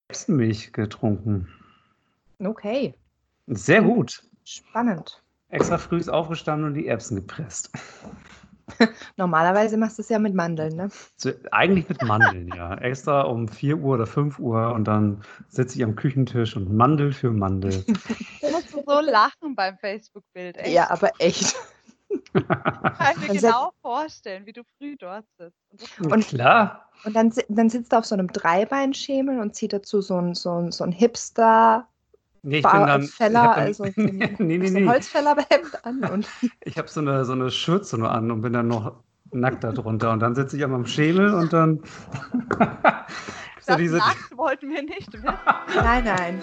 Erbsenmilch getrunken. Okay, Sehr gut. spannend. Extra früh ist aufgestanden und die Erbsen gepresst. Normalerweise machst du es ja mit Mandeln, ne? Eigentlich mit Mandeln, ja. Extra um 4 Uhr oder 5 Uhr und dann sitze ich am Küchentisch und Mandel für Mandel. Ich musste so lachen beim Facebook-Bild, echt. Ja, aber echt. Kann mir Dann genau vorstellen, wie du früh dort sitzt. Und- Klar. Und dann sitzt er auf so einem Dreibeinschemel und zieht dazu so ein Hipster Nee, ich bin dann. Ich Feller, hab dann also so ein nee. Holzfällerhemd an. Und Ich habe so eine Schürze nur an und bin dann noch nackt da drunter. Und dann sitze ich am Schemel und dann. Das nackt wollten wir nicht wissen. nein.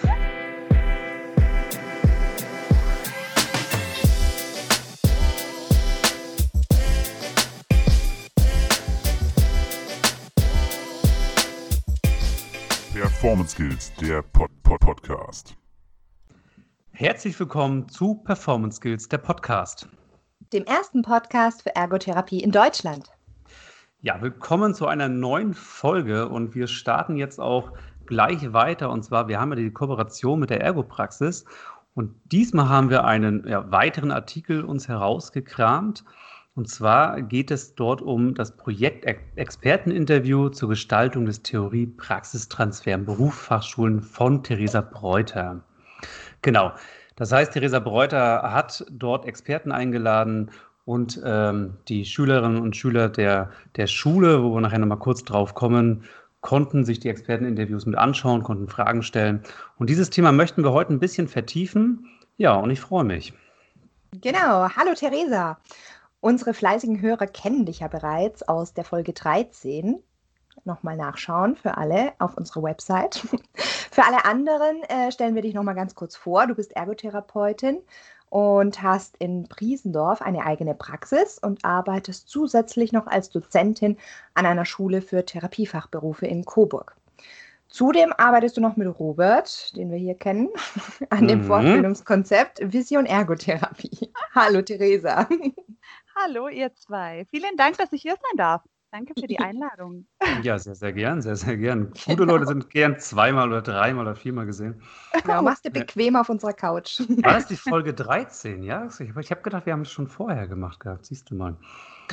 Performance Skills, der Podcast. Herzlich willkommen zu Performance Skills, der Podcast. Dem ersten Podcast für Ergotherapie in Deutschland. Ja, willkommen zu einer neuen Folge und wir starten jetzt auch gleich weiter. Und zwar, wir haben ja die Kooperation mit der Ergopraxis und diesmal haben wir einen weiteren Artikel uns herausgekramt. Und zwar geht es dort um das Projekt Experteninterview zur Gestaltung des Theorie-Praxistransfer in Berufsfachschulen von Theresa Breuter. Genau, das heißt, Theresa Breuter hat dort Experten eingeladen und die Schülerinnen und Schüler der Schule, wo wir nachher nochmal kurz drauf kommen, konnten sich die Experteninterviews mit anschauen, konnten Fragen stellen. Und dieses Thema möchten wir heute ein bisschen vertiefen. Ja, und ich freue mich. Genau, hallo Theresa. Unsere fleißigen Hörer kennen dich ja bereits aus der Folge 13. Nochmal nachschauen für alle auf unserer Website. Für alle anderen stellen wir dich nochmal ganz kurz vor. Du bist Ergotherapeutin und hast in Priesendorf eine eigene Praxis und arbeitest zusätzlich noch als Dozentin an einer Schule für Therapiefachberufe in Coburg. Zudem arbeitest du noch mit Robert, den wir hier kennen, an dem Fortbildungskonzept Vision Ergotherapie. Hallo Theresa. Hallo ihr zwei. Vielen Dank, dass ich hier sein darf. Danke für die Einladung. Ja, sehr, sehr gern, sehr, sehr gern. Gute Leute sind gern zweimal oder dreimal oder viermal gesehen. Ja, machst du bequem auf unserer Couch. War das die Folge 13? Ja, ich habe gedacht, wir haben es schon vorher gemacht gehabt. Siehst du mal.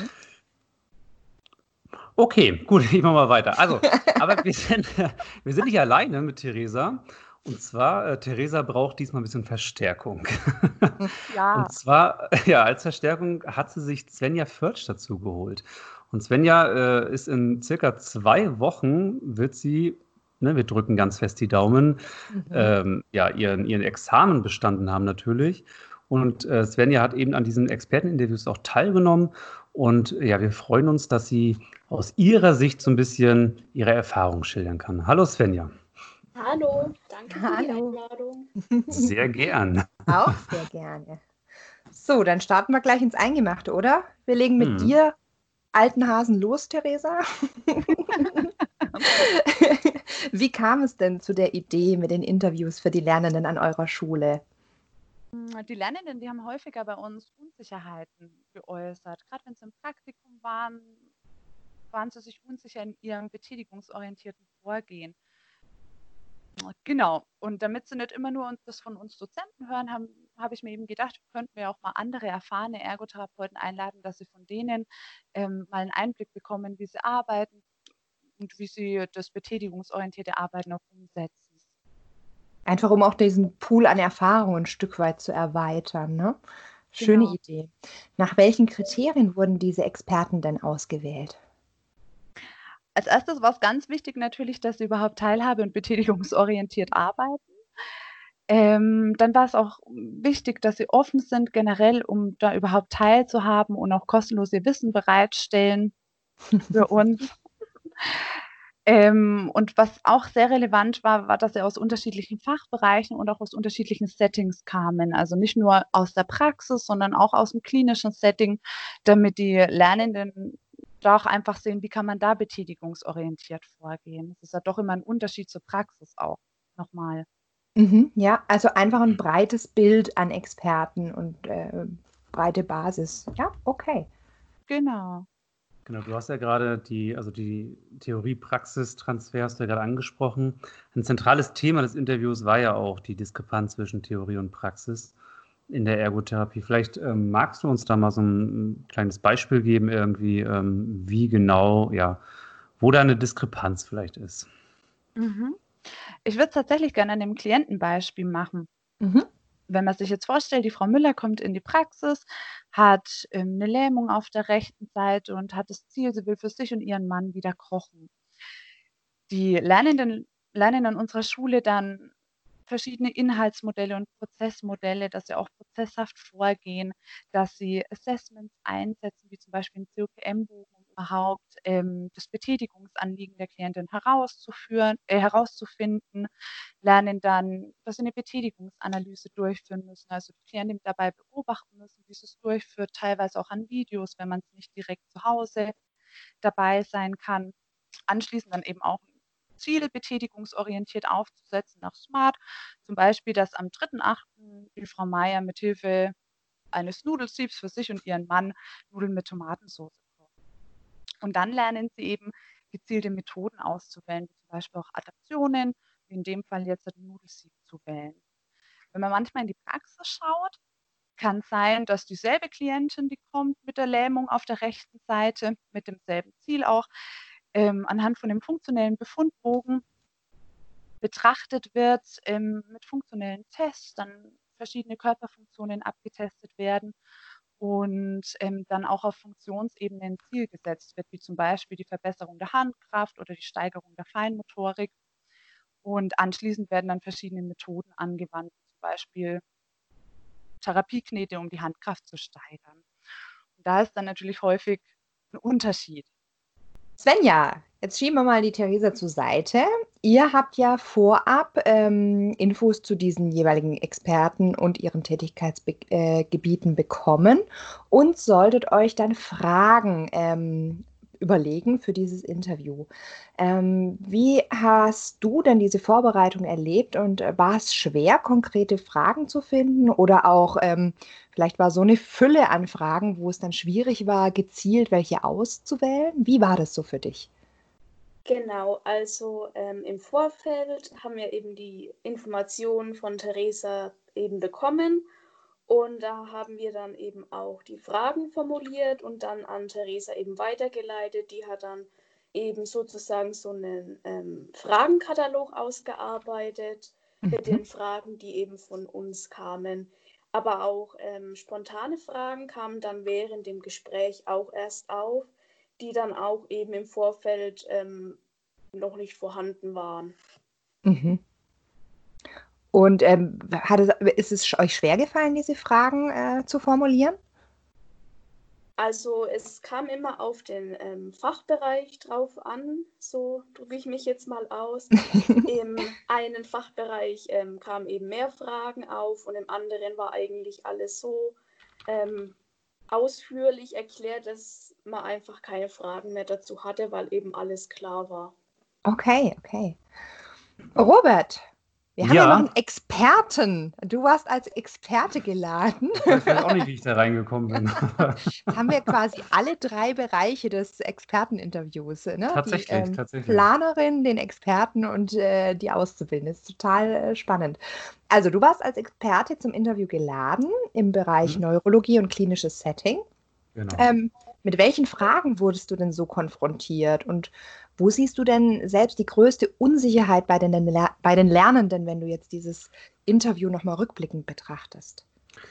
Okay, gut, ich mache mal weiter. Also, aber wir sind nicht alleine mit Theresa. Und zwar, Theresa braucht diesmal ein bisschen Verstärkung. Ja. Und zwar, als Verstärkung hat sie sich Svenja Förtsch dazu geholt. Und Svenja ist in circa 2 Wochen, wird sie, wir drücken ganz fest die Daumen, ihren Examen bestanden haben natürlich. Und Svenja hat eben an diesen Experteninterviews auch teilgenommen. Und ja, wir freuen uns, dass sie aus ihrer Sicht so ein bisschen ihre Erfahrung schildern kann. Hallo Svenja. Hallo, danke für die Einladung. Sehr gern. Auch sehr gerne. So, dann starten wir gleich ins Eingemachte, oder? Wir legen mit dir, alten Hasen, los, Theresa. Wie kam es denn zu der Idee mit den Interviews für die Lernenden an eurer Schule? Die Lernenden, die haben häufiger bei uns Unsicherheiten geäußert. Gerade wenn sie im Praktikum waren, waren sie sich unsicher in ihrem betätigungsorientierten Vorgehen. Genau. Und damit sie nicht immer nur das von uns Dozenten hören, habe ich mir eben gedacht, könnten wir auch mal andere erfahrene Ergotherapeuten einladen, dass sie von denen mal einen Einblick bekommen, wie sie arbeiten und wie sie das betätigungsorientierte Arbeiten auch umsetzen. Einfach um auch diesen Pool an Erfahrungen ein Stück weit zu erweitern, ne? Schöne Idee. Nach welchen Kriterien wurden diese Experten denn ausgewählt? Als erstes war es ganz wichtig natürlich, dass sie überhaupt teilhabe- und betätigungsorientiert arbeiten. Dann war es auch wichtig, dass sie offen sind generell, um da überhaupt teilzuhaben und auch kostenlos ihr Wissen bereitstellen für uns. Und was auch sehr relevant war, dass sie aus unterschiedlichen Fachbereichen und auch aus unterschiedlichen Settings kamen. Also nicht nur aus der Praxis, sondern auch aus dem klinischen Setting, damit die Lernenden da auch einfach sehen, wie kann man da betätigungsorientiert vorgehen. Das ist ja doch immer ein Unterschied zur Praxis auch nochmal. Ja, also einfach ein breites Bild an Experten und breite Basis. Ja, okay. Genau. Genau, du hast ja gerade die Theorie-Praxis-Transfer hast du ja gerade angesprochen. Ein zentrales Thema des Interviews war ja auch die Diskrepanz zwischen Theorie und Praxis in der Ergotherapie. Vielleicht magst du uns da mal so ein kleines Beispiel geben, irgendwie, wie genau, ja, wo da eine Diskrepanz vielleicht ist. Mhm. Ich würde es tatsächlich gerne an dem Klientenbeispiel machen. Mhm. Wenn man sich jetzt vorstellt, die Frau Müller kommt in die Praxis, hat eine Lähmung auf der rechten Seite und hat das Ziel, sie will für sich und ihren Mann wieder kochen. Die Lernenden lernen an unserer Schule dann verschiedene Inhaltsmodelle und Prozessmodelle, dass sie auch prozesshaft vorgehen, dass sie Assessments einsetzen, wie zum Beispiel 'n COPM-Bogen, um überhaupt, das Betätigungsanliegen der Klientin herauszufinden, lernen dann, dass sie eine Betätigungsanalyse durchführen müssen, also die Klientin dabei beobachten müssen, wie sie es durchführt, teilweise auch an Videos, wenn man es nicht direkt zu Hause dabei sein kann. Anschließend dann eben auch Ziele betätigungsorientiert aufzusetzen nach SMART. Zum Beispiel, dass am 3.8. die Frau Meier mit Hilfe eines Nudelsiebs für sich und ihren Mann Nudeln mit Tomatensauce kocht. Und dann lernen sie eben gezielte Methoden auszuwählen, wie zum Beispiel auch Adaptionen, wie in dem Fall jetzt ein Nudelsieb zu wählen. Wenn man manchmal in die Praxis schaut, kann sein, dass dieselbe Klientin, die kommt mit der Lähmung auf der rechten Seite, mit demselben Ziel auch, anhand von dem funktionellen Befundbogen betrachtet wird, mit funktionellen Tests, dann verschiedene Körperfunktionen abgetestet werden und dann auch auf Funktionsebene ein Ziel gesetzt wird, wie zum Beispiel die Verbesserung der Handkraft oder die Steigerung der Feinmotorik. Und anschließend werden dann verschiedene Methoden angewandt, wie zum Beispiel Therapieknete, um die Handkraft zu steigern. Und da ist dann natürlich häufig ein Unterschied. Svenja, jetzt schieben wir mal die Theresa zur Seite. Ihr habt ja vorab Infos zu diesen jeweiligen Experten und ihren Tätigkeitsgebieten bekommen und solltet euch dann Fragen überlegen für dieses Interview. Wie hast du denn diese Vorbereitung erlebt und war es schwer, konkrete Fragen zu finden oder auch vielleicht war so eine Fülle an Fragen, wo es dann schwierig war, gezielt welche auszuwählen? Wie war das so für dich? Genau, also im Vorfeld haben wir eben die Informationen von Theresa eben bekommen und da haben wir dann eben auch die Fragen formuliert und dann an Theresa eben weitergeleitet. Die hat dann eben sozusagen so einen Fragenkatalog ausgearbeitet mit den Fragen, die eben von uns kamen. Aber auch spontane Fragen kamen dann während dem Gespräch auch erst auf, die dann auch eben im Vorfeld noch nicht vorhanden waren. Mhm. Und ist es euch schwergefallen, diese Fragen zu formulieren? Also es kam immer auf den Fachbereich drauf an, so drücke ich mich jetzt mal aus. Im einen Fachbereich kamen eben mehr Fragen auf und im anderen war eigentlich alles so ausführlich erklärt, dass man einfach keine Fragen mehr dazu hatte, weil eben alles klar war. Okay. Robert, wir haben ja noch Ja, einen Experten. Du warst als Experte geladen. ich weiß vielleicht auch nicht, wie ich da reingekommen bin. Jetzt haben wir quasi alle 3 Bereiche des Experteninterviews, ne? Tatsächlich. Planerin, den Experten und die Auszubildende. Das ist total spannend. Also du warst als Experte zum Interview geladen im Bereich Neurologie und klinisches Setting. Genau. Mit welchen Fragen wurdest du denn so konfrontiert und wo siehst du denn selbst die größte Unsicherheit bei den Lernenden, wenn du jetzt dieses Interview nochmal rückblickend betrachtest?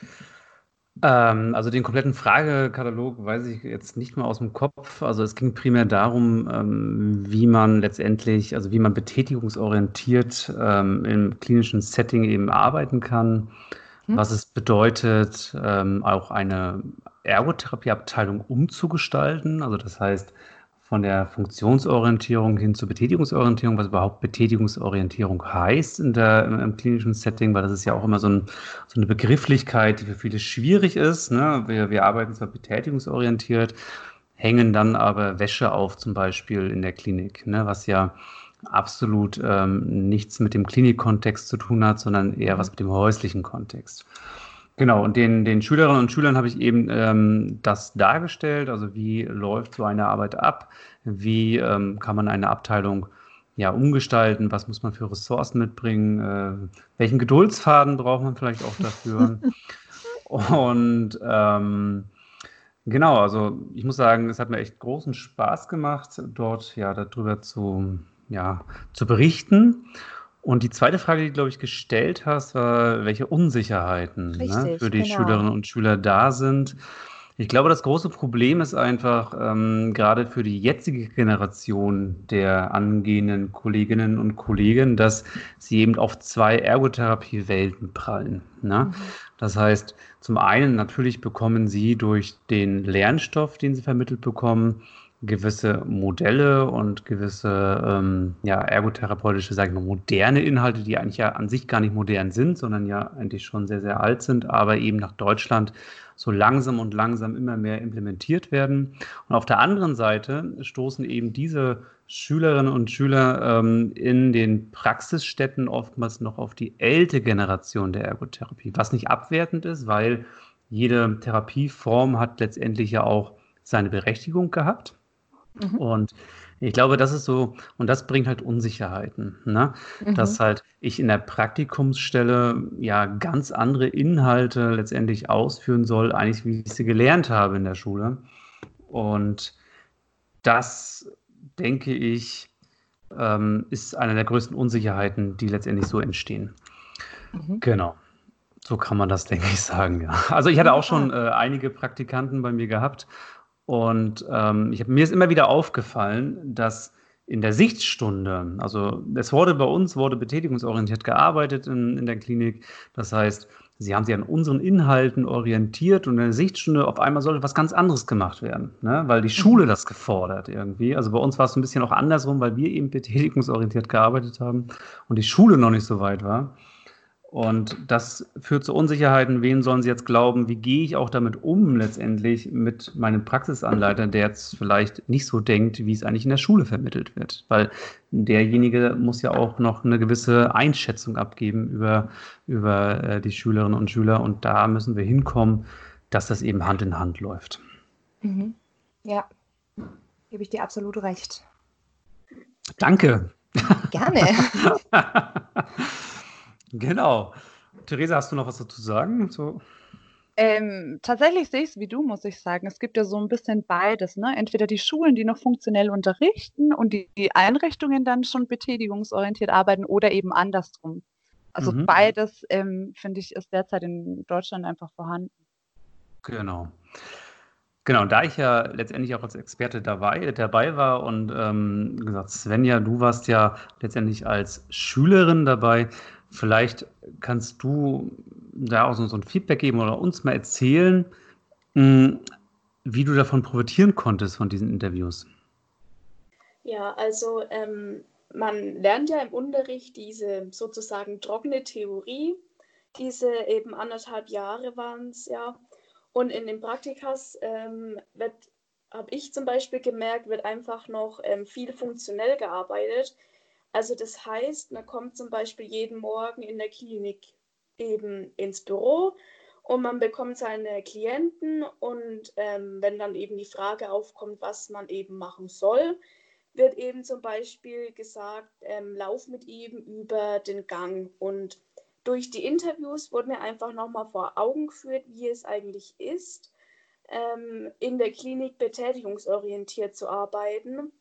Also den kompletten Fragekatalog weiß ich jetzt nicht mehr aus dem Kopf. Also es ging primär darum, wie man letztendlich, also wie man betätigungsorientiert im klinischen Setting eben arbeiten kann, was es bedeutet, auch eine Ergotherapieabteilung umzugestalten. Also das heißt, von der Funktionsorientierung hin zur Betätigungsorientierung, was überhaupt Betätigungsorientierung heißt im klinischen Setting, weil das ist ja auch immer so eine Begrifflichkeit, die für viele schwierig ist. Ne? Wir arbeiten zwar betätigungsorientiert, hängen dann aber Wäsche auf, zum Beispiel in der Klinik, ne? Was ja absolut nichts mit dem Klinikkontext zu tun hat, sondern eher was mit dem häuslichen Kontext. Genau, und den Schülerinnen und Schülern habe ich eben das dargestellt, also wie läuft so eine Arbeit ab, wie kann man eine Abteilung ja umgestalten, was muss man für Ressourcen mitbringen, welchen Geduldsfaden braucht man vielleicht auch dafür. Und genau, also ich muss sagen, es hat mir echt großen Spaß gemacht, dort ja darüber zu berichten. Und die zweite Frage, die du, glaube ich, gestellt hast, war, welche Unsicherheiten, ne, für Richtig, die genau. Schülerinnen und Schüler da sind. Ich glaube, das große Problem ist einfach, gerade für die jetzige Generation der angehenden Kolleginnen und Kollegen, dass sie eben auf zwei Ergotherapie-Welten prallen. Ne? Das heißt, zum einen natürlich bekommen sie durch den Lernstoff, den sie vermittelt bekommen, gewisse Modelle und gewisse ergotherapeutische, sage ich mal, moderne Inhalte, die eigentlich ja an sich gar nicht modern sind, sondern ja eigentlich schon sehr, sehr alt sind, aber eben nach Deutschland so langsam und langsam immer mehr implementiert werden. Und auf der anderen Seite stoßen eben diese Schülerinnen und Schüler in den Praxisstätten oftmals noch auf die ältere Generation der Ergotherapie, was nicht abwertend ist, weil jede Therapieform hat letztendlich ja auch seine Berechtigung gehabt. Und ich glaube, das ist so, und das bringt halt Unsicherheiten, ne? Dass halt ich in der Praktikumsstelle ja ganz andere Inhalte letztendlich ausführen soll, eigentlich wie ich sie gelernt habe in der Schule. Und das, denke ich, ist eine der größten Unsicherheiten, die letztendlich so entstehen. Genau. So kann man das, denke ich, sagen, ja. Also ich hatte auch schon einige Praktikanten bei mir gehabt und mir ist immer wieder aufgefallen, dass in der Sichtstunde, also bei uns wurde betätigungsorientiert gearbeitet in der Klinik. Das heißt, sie haben sich an unseren Inhalten orientiert und in der Sichtstunde auf einmal sollte was ganz anderes gemacht werden, ne? Weil die Schule das gefordert irgendwie. Also bei uns war es ein bisschen auch andersrum, weil wir eben betätigungsorientiert gearbeitet haben und die Schule noch nicht so weit war. Und das führt zu Unsicherheiten. Wen sollen sie jetzt glauben? Wie gehe ich auch damit um letztendlich mit meinem Praxisanleiter, der jetzt vielleicht nicht so denkt, wie es eigentlich in der Schule vermittelt wird? Weil derjenige muss ja auch noch eine gewisse Einschätzung abgeben über die Schülerinnen und Schüler. Und da müssen wir hinkommen, dass das eben Hand in Hand läuft. Ja, gebe ich dir absolut recht. Danke. Gerne. Genau. Theresa, hast du noch was dazu zu sagen? So. Tatsächlich sehe ich es wie du, muss ich sagen. Es gibt ja so ein bisschen beides, ne? Entweder die Schulen, die noch funktionell unterrichten und die Einrichtungen dann schon betätigungsorientiert arbeiten oder eben andersrum. Also beides, finde ich, ist derzeit in Deutschland einfach vorhanden. Genau. Genau, da ich ja letztendlich auch als Experte dabei war und gesagt, Svenja, du warst ja letztendlich als Schülerin dabei. Vielleicht kannst du da auch so ein Feedback geben oder uns mal erzählen, wie du davon profitieren konntest von diesen Interviews. Ja, also man lernt ja im Unterricht diese sozusagen trockene Theorie, diese eben 1,5 Jahre waren es ja. Und in den Praktikas habe ich zum Beispiel gemerkt, wird einfach noch viel funktionell gearbeitet. Also das heißt, man kommt zum Beispiel jeden Morgen in der Klinik eben ins Büro und man bekommt seine Klienten und wenn dann eben die Frage aufkommt, was man eben machen soll, wird eben zum Beispiel gesagt, lauf mit ihm über den Gang. Und durch die Interviews wurde mir einfach nochmal vor Augen geführt, wie es eigentlich ist, in der Klinik betätigungsorientiert zu arbeiten.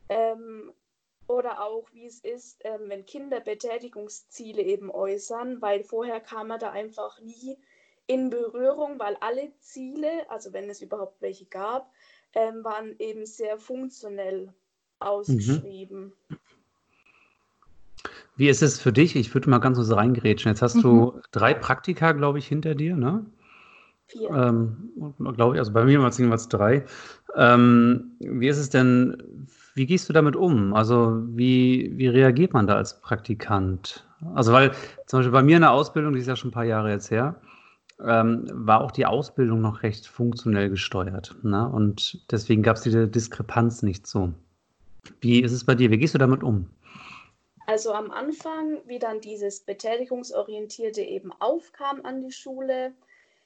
Oder auch, wie es ist, wenn Kinder Betätigungsziele eben äußern, weil vorher kam man da einfach nie in Berührung, weil alle Ziele, also wenn es überhaupt welche gab, waren eben sehr funktionell ausgeschrieben. Wie ist es für dich? Ich würde mal ganz kurz reingrätschen. Jetzt hast du 3 Praktika, glaube ich, hinter dir, ne? 4. Glaube ich, also bei mir waren es jedenfalls 3. Wie ist es denn, wie gehst du damit um? Also wie reagiert man da als Praktikant? Also weil zum Beispiel bei mir in der Ausbildung, die ist ja schon ein paar Jahre jetzt her, war auch die Ausbildung noch recht funktionell gesteuert, ne? Und deswegen gab es diese Diskrepanz nicht so. Wie ist es bei dir? Wie gehst du damit um? Also am Anfang, wie dann dieses Betätigungsorientierte eben aufkam an die Schule,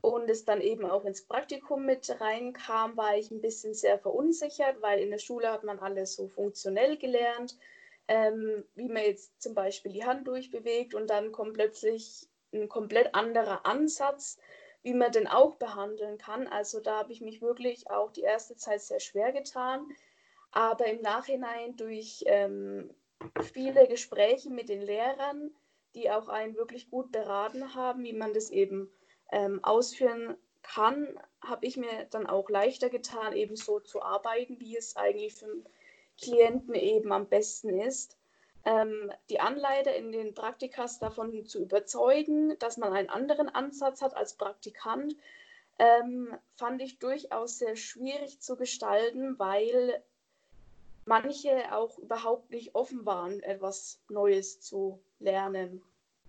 und es dann eben auch ins Praktikum mit reinkam, war ich ein bisschen sehr verunsichert, weil in der Schule hat man alles so funktionell gelernt, wie man jetzt zum Beispiel die Hand durchbewegt und dann kommt plötzlich ein komplett anderer Ansatz, wie man den auch behandeln kann. Also da habe ich mich wirklich auch die erste Zeit sehr schwer getan, aber im Nachhinein durch viele Gespräche mit den Lehrern, die auch einen wirklich gut beraten haben, wie man das eben ausführen kann, habe ich mir dann auch leichter getan, eben so zu arbeiten, wie es eigentlich für den Klienten eben am besten ist. Die Anleiter in den Praktikas davon zu überzeugen, dass man einen anderen Ansatz hat als Praktikant, fand ich durchaus sehr schwierig zu gestalten, weil manche auch überhaupt nicht offen waren, etwas Neues zu lernen.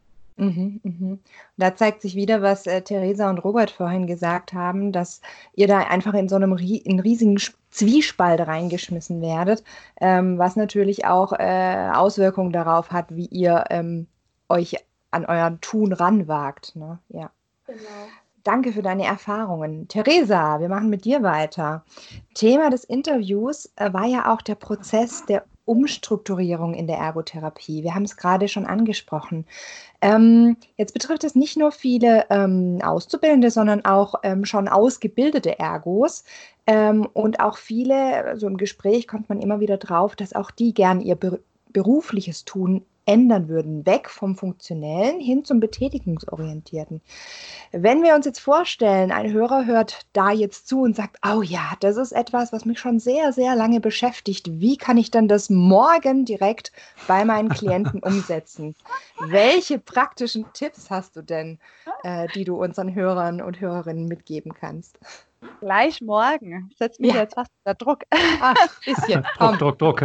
Da zeigt sich wieder, was Theresa und Robert vorhin gesagt haben, dass ihr da einfach in so einem in riesigen Zwiespalt reingeschmissen werdet, was natürlich auch Auswirkungen darauf hat, wie ihr euch an euer Tun ranwagt. Ne? Ja. Genau. Danke für deine Erfahrungen. Theresa, wir machen mit dir weiter. Thema des Interviews war ja auch der Prozess der Umstrukturierung in der Ergotherapie. Wir haben es gerade schon angesprochen. Jetzt betrifft es nicht nur viele Auszubildende, sondern auch schon ausgebildete Ergos. Und auch viele, so im Gespräch kommt man immer wieder drauf, dass auch die gern ihr berufliches Tun ändern würden, weg vom Funktionellen hin zum Betätigungsorientierten. Wenn wir uns jetzt vorstellen, ein Hörer hört da jetzt zu und sagt, oh ja, das ist etwas, was mich schon sehr, sehr lange beschäftigt. Wie kann ich dann das morgen direkt bei meinen Klienten umsetzen? Welche praktischen Tipps hast du denn, die du unseren Hörern und Hörerinnen mitgeben kannst? Gleich morgen. Setzt mich jetzt fast unter Druck. Ach, bisschen. Druck.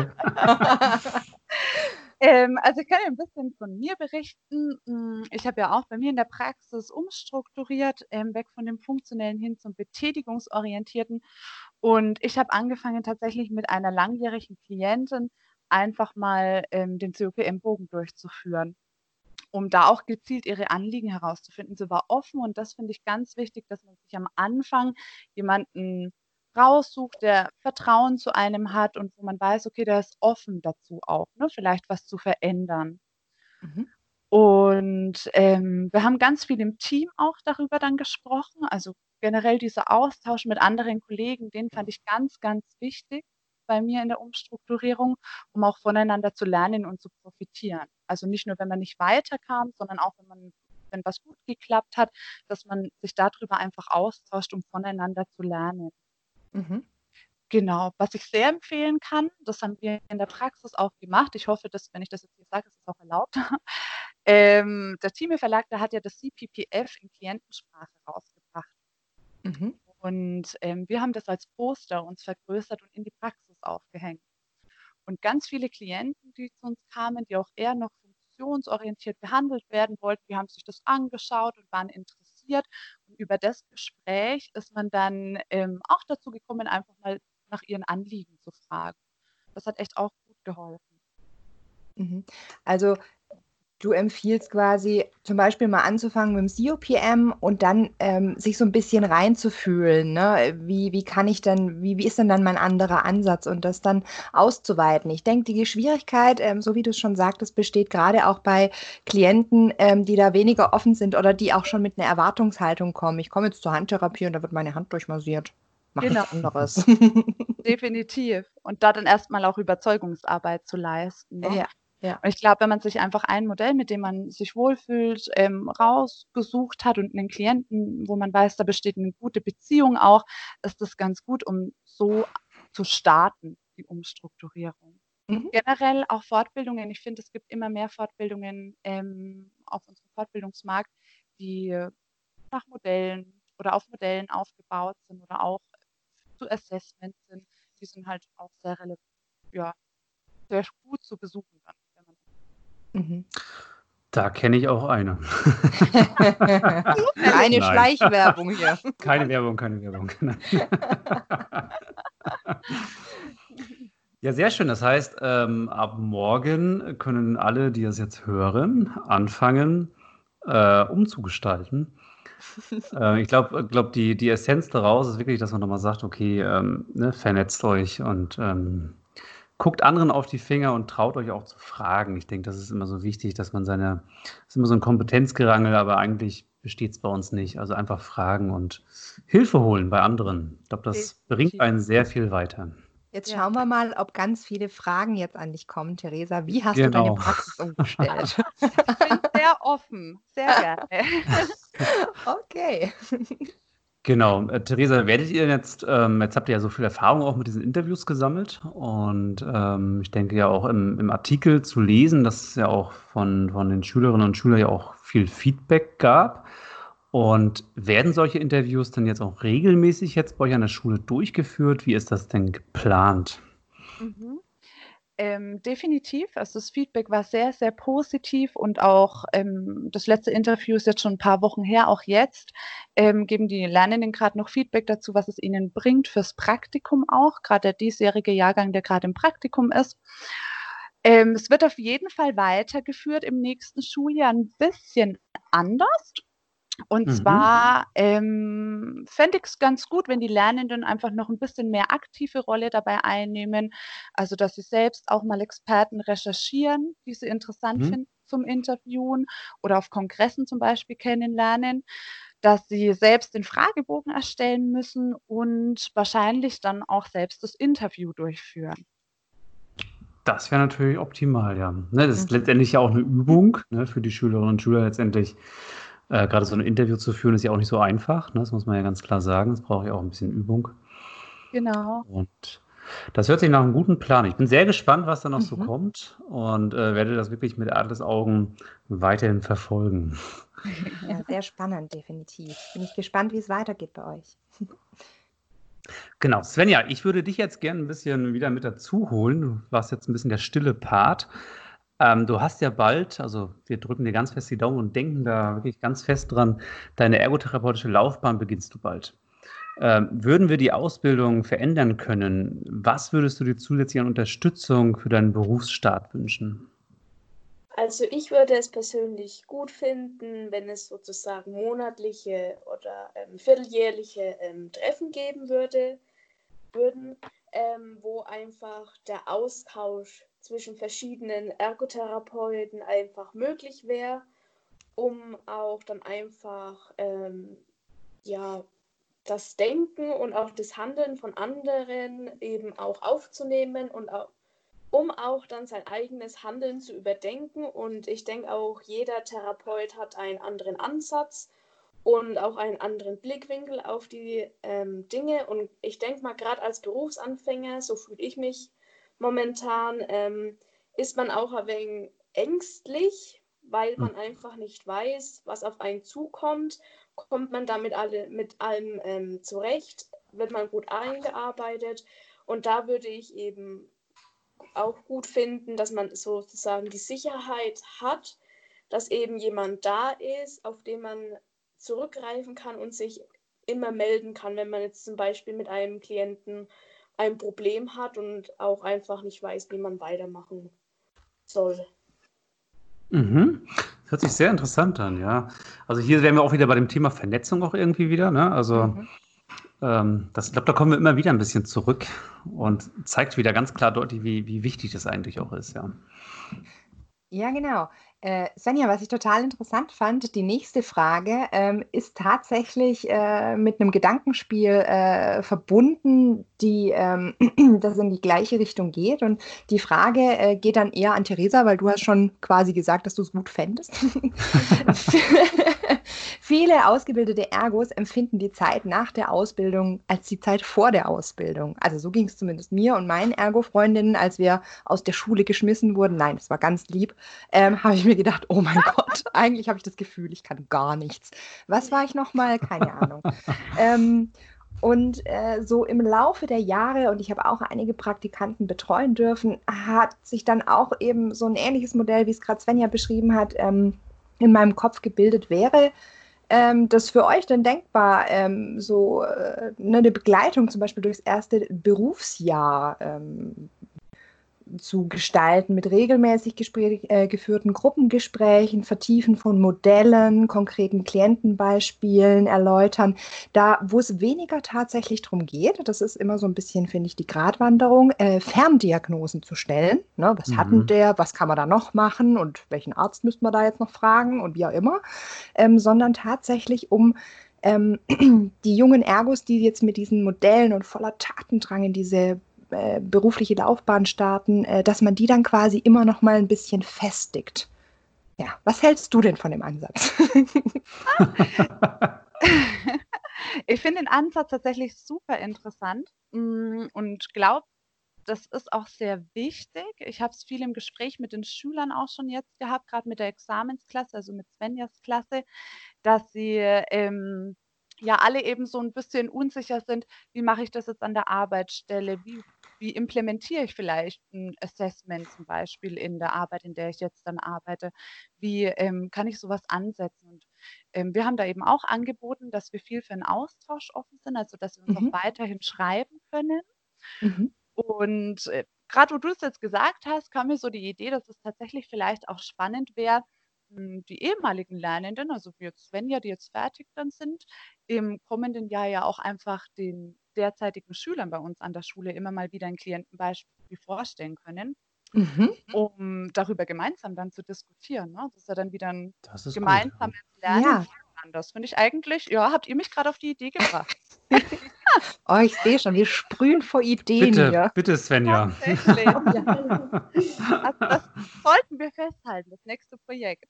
Also ich kann ja ein bisschen von mir berichten. Ich habe ja auch bei mir in der Praxis umstrukturiert, weg von dem Funktionellen hin zum Betätigungsorientierten. Und ich habe angefangen tatsächlich mit einer langjährigen Klientin einfach mal den COPM-Bogen durchzuführen, um da auch gezielt ihre Anliegen herauszufinden. Sie war offen und das finde ich ganz wichtig, dass man sich am Anfang jemanden raussucht, der Vertrauen zu einem hat und wo man weiß, okay, der ist offen dazu auch, ne, vielleicht was zu verändern. Und wir haben ganz viel im Team auch darüber dann gesprochen. Also generell dieser Austausch mit anderen Kollegen, den fand ich ganz, ganz wichtig bei mir in der Umstrukturierung, um auch voneinander zu lernen und zu profitieren. Also nicht nur, wenn man nicht weiterkam, sondern auch, wenn was gut geklappt hat, dass man sich darüber einfach austauscht, um voneinander zu lernen. Genau, was ich sehr empfehlen kann, das haben wir in der Praxis auch gemacht. Ich hoffe, dass, wenn ich das jetzt hier sage, ist es auch erlaubt. Der Thieme Verlag, der hat ja das CPPF in Klientensprache rausgebracht. Und wir haben das als Poster uns vergrößert und in die Praxis aufgehängt. Und ganz viele Klienten, die zu uns kamen, die auch eher noch funktionsorientiert behandelt werden wollten, die haben sich das angeschaut und waren interessiert. Und über das Gespräch ist man dann auch dazu gekommen, einfach mal nach ihren Anliegen zu fragen. Das hat echt auch gut geholfen. Also du empfiehlst quasi zum Beispiel mal anzufangen mit dem COPM und dann sich so ein bisschen reinzufühlen, ne? Wie kann ich denn, wie ist denn dann mein anderer Ansatz und das dann auszuweiten? Ich denke, die Schwierigkeit, so wie du es schon sagtest, besteht gerade auch bei Klienten, die da weniger offen sind oder die auch schon mit einer Erwartungshaltung kommen. Ich komme jetzt zur Handtherapie und da wird meine Hand durchmassiert. Mach nichts anderes. Definitiv. Und da dann erstmal auch Überzeugungsarbeit zu leisten. Ne? Ja. Und ich glaube, wenn man sich einfach ein Modell, mit dem man sich wohlfühlt, rausgesucht hat und einen Klienten, wo man weiß, da besteht eine gute Beziehung auch, ist das ganz gut, um so zu starten, die Umstrukturierung. Generell auch Fortbildungen. Ich finde, es gibt immer mehr Fortbildungen auf unserem Fortbildungsmarkt, die nach Modellen oder auf Modellen aufgebaut sind oder auch zu Assessments sind. Die sind halt auch sehr relevant, sehr gut zu besuchen dann. Da kenne ich auch eine. Eine Schleichwerbung hier. Keine Werbung. Ja, sehr schön. Das heißt, ab morgen können alle, die das jetzt hören, anfangen, umzugestalten. Ich glaube, die Essenz daraus ist wirklich, dass man nochmal sagt, okay, ne, vernetzt euch und guckt anderen auf die Finger und traut euch auch zu fragen. Ich denke, das ist immer so wichtig, dass man das ist immer so ein Kompetenzgerangel, aber eigentlich besteht es bei uns nicht. Also einfach fragen und Hilfe holen bei anderen. Ich glaube, das bringt Definitiv. einen sehr viel weiter. Jetzt Ja. schauen wir mal, ob ganz viele Fragen jetzt an dich kommen, Theresa. Wie hast du deine Genau. Praxis umgestellt? Ich bin sehr offen, sehr gerne. Okay. Genau, Theresa, werdet ihr jetzt habt ihr ja so viel Erfahrung auch mit diesen Interviews gesammelt und ich denke ja auch im Artikel zu lesen, dass es ja auch von den Schülerinnen und Schülern ja auch viel Feedback gab. Und werden solche Interviews dann jetzt auch regelmäßig jetzt bei euch an der Schule durchgeführt? Wie ist das denn geplant? Mhm. Definitiv. Also das Feedback war sehr, sehr positiv und auch das letzte Interview ist jetzt schon ein paar Wochen her, auch jetzt geben die Lernenden gerade noch Feedback dazu, was es ihnen bringt fürs Praktikum auch, gerade der diesjährige Jahrgang, der gerade im Praktikum ist. Es wird auf jeden Fall weitergeführt im nächsten Schuljahr ein bisschen anders. Und zwar fände ich es ganz gut, wenn die Lernenden einfach noch ein bisschen mehr aktive Rolle dabei einnehmen. Also, dass sie selbst auch mal Experten recherchieren, die sie interessant finden zum Interviewen oder auf Kongressen zum Beispiel kennenlernen, dass sie selbst den Fragebogen erstellen müssen und wahrscheinlich dann auch selbst das Interview durchführen. Das wäre natürlich optimal, ja. Ne, das ist letztendlich ja auch eine Übung, ne, für die Schülerinnen und Schüler letztendlich. Gerade so ein Interview zu führen, ist ja auch nicht so einfach. Ne? Das muss man ja ganz klar sagen. Das braucht ja auch ein bisschen Übung. Genau. Und das hört sich nach einem guten Plan. Ich bin sehr gespannt, was da noch so kommt und werde das wirklich mit Adelsaugen weiterhin verfolgen. Ja, sehr spannend, definitiv. Bin ich gespannt, wie es weitergeht bei euch. Genau, Svenja, ich würde dich jetzt gerne ein bisschen wieder mit dazu holen. Du warst jetzt ein bisschen der stille Part. Du hast ja bald, also wir drücken dir ganz fest die Daumen und denken da wirklich ganz fest dran, deine ergotherapeutische Laufbahn beginnst du bald. Würden wir die Ausbildung verändern können, was würdest du dir zusätzlich an Unterstützung für deinen Berufsstart wünschen? Also ich würde es persönlich gut finden, wenn es sozusagen monatliche oder vierteljährliche Treffen geben würden, wo einfach der Austausch zwischen verschiedenen Ergotherapeuten einfach möglich wäre, um auch dann einfach das Denken und auch das Handeln von anderen eben auch aufzunehmen und auch, um auch dann sein eigenes Handeln zu überdenken. Und ich denke auch, jeder Therapeut hat einen anderen Ansatz und auch einen anderen Blickwinkel auf die Dinge. Und ich denke mal, gerade als Berufsanfänger, so fühle ich mich momentan, ist man auch ein wenig ängstlich, weil man einfach nicht weiß, was auf einen zukommt. Kommt man da mit allem zurecht? Wird man gut eingearbeitet? Und da würde ich eben auch gut finden, dass man sozusagen die Sicherheit hat, dass eben jemand da ist, auf den man zurückgreifen kann und sich immer melden kann, wenn man jetzt zum Beispiel mit einem Klienten ein Problem hat und auch einfach nicht weiß, wie man weitermachen soll. Mhm. Das hört sich sehr interessant an, ja. Also hier wären wir auch wieder bei dem Thema Vernetzung auch irgendwie wieder, ne? Also ich glaube, da kommen wir immer wieder ein bisschen zurück und zeigt wieder ganz klar deutlich, wie wichtig das eigentlich auch ist, ja. Ja, genau. Svenja, was ich total interessant fand, die nächste Frage ist tatsächlich mit einem Gedankenspiel verbunden, das in die gleiche Richtung geht. Und die Frage geht dann eher an Theresa, weil du hast schon quasi gesagt, dass du es gut fändest. Viele ausgebildete Ergos empfinden die Zeit nach der Ausbildung als die Zeit vor der Ausbildung. Also so ging es zumindest mir und meinen Ergo-Freundinnen, als wir aus der Schule geschmissen wurden. Nein, das war ganz lieb. Habe ich mir gedacht, oh mein Gott, eigentlich habe ich das Gefühl, ich kann gar nichts. Was war ich nochmal? Keine Ahnung. Und so im Laufe der Jahre, und ich habe auch einige Praktikanten betreuen dürfen, hat sich dann auch eben so ein ähnliches Modell, wie es gerade Svenja beschrieben hat, in meinem Kopf gebildet. Wäre das für euch denn denkbar, eine Begleitung zum Beispiel durchs erste Berufsjahr zu gestalten mit regelmäßig geführten Gruppengesprächen, Vertiefen von Modellen, konkreten Klientenbeispielen erläutern. Da, wo es weniger tatsächlich darum geht, das ist immer so ein bisschen, finde ich, die Gratwanderung, Ferndiagnosen zu stellen. Ne? Was hat denn der, was kann man da noch machen und welchen Arzt müsste man da jetzt noch fragen und wie auch immer, sondern tatsächlich um die jungen Ergos, die jetzt mit diesen Modellen und voller Tatendrang in diese berufliche Laufbahn starten, dass man die dann quasi immer noch mal ein bisschen festigt. Ja, was hältst du denn von dem Ansatz? Ich finde den Ansatz tatsächlich super interessant und glaube, das ist auch sehr wichtig. Ich habe es viel im Gespräch mit den Schülern auch schon jetzt gehabt, gerade mit der Examensklasse, also mit Svenjas Klasse, dass sie ja alle eben so ein bisschen unsicher sind, wie mache ich das jetzt an der Arbeitsstelle, wie implementiere ich vielleicht ein Assessment zum Beispiel in der Arbeit, in der ich jetzt dann arbeite, wie kann ich sowas ansetzen. Und wir haben da eben auch angeboten, dass wir viel für einen Austausch offen sind, also dass wir uns auch weiterhin schreiben können. Und gerade wo du es jetzt gesagt hast, kam mir so die Idee, dass es tatsächlich vielleicht auch spannend wäre, die ehemaligen Lernenden, also wie jetzt Svenja, die jetzt fertig dann sind, im kommenden Jahr ja auch einfach den derzeitigen Schülern bei uns an der Schule immer mal wieder ein Klientenbeispiel vorstellen können, um darüber gemeinsam dann zu diskutieren. Ne? Das ist ja dann wieder ein gemeinsames Lernen. Ja. Das finde ich eigentlich, ja, habt ihr mich gerade auf die Idee gebracht. Oh, ich sehe schon, wir sprühen vor Ideen hier. Bitte, Svenja. Tatsächlich. Also das sollten wir festhalten, das nächste Projekt.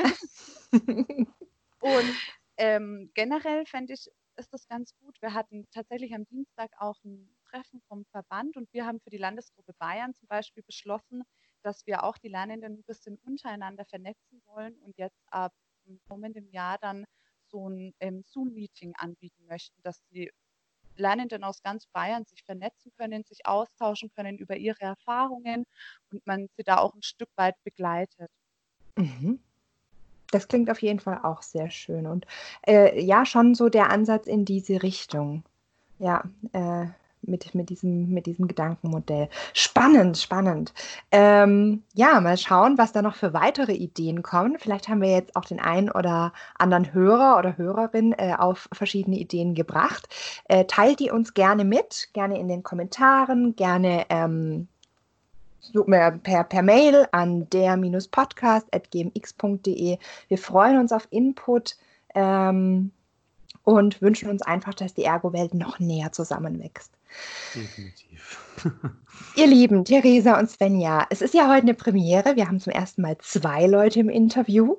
Und generell fände ich, ist das ganz gut. Wir hatten tatsächlich am Dienstag auch ein Treffen vom Verband und wir haben für die Landesgruppe Bayern zum Beispiel beschlossen, dass wir auch die Lernenden ein bisschen untereinander vernetzen wollen und jetzt ab kommendem Jahr dann so ein Zoom-Meeting anbieten möchten, dass die Lernenden aus ganz Bayern sich vernetzen können, sich austauschen können über ihre Erfahrungen und man sie da auch ein Stück weit begleitet. Das klingt auf jeden Fall auch sehr schön und ja, schon so der Ansatz in diese Richtung. Ja, mit diesem Gedankenmodell. Spannend. Ja, mal schauen, was da noch für weitere Ideen kommen. Vielleicht haben wir jetzt auch den einen oder anderen Hörer oder Hörerin auf verschiedene Ideen gebracht. Teilt die uns gerne mit, gerne in den Kommentaren, gerne per Mail an der-podcast@gmx.de. Wir freuen uns auf Input und wünschen uns einfach, dass die Ergo-Welt noch näher zusammenwächst. Definitiv. Ihr Lieben, Theresa und Svenja, es ist ja heute eine Premiere. Wir haben zum ersten Mal 2 Leute im Interview.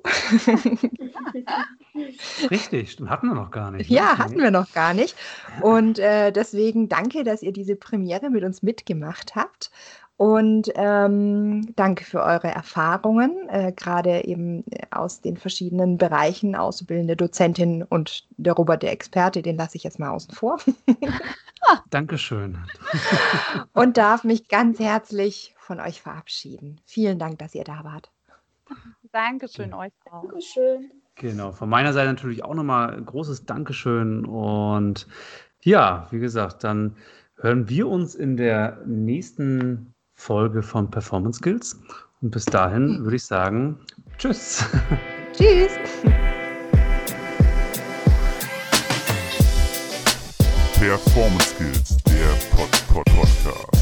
Richtig, stimmt, hatten wir noch gar nicht. Ja, hatten wir noch gar nicht. Und deswegen danke, dass ihr diese Premiere mit uns mitgemacht habt. Und danke für eure Erfahrungen, gerade eben aus den verschiedenen Bereichen, Auszubildende Dozentin und der Robert, der Experte, den lasse ich jetzt mal außen vor. Dankeschön. Und darf mich ganz herzlich von euch verabschieden. Vielen Dank, dass ihr da wart. Dankeschön euch auch. Dankeschön. Genau, von meiner Seite natürlich auch nochmal ein großes Dankeschön. Und ja, wie gesagt, dann hören wir uns in der nächsten Folge von Performance Skills. Und bis dahin würde ich sagen, tschüss. Tschüss. Performance Skills, der Podcast.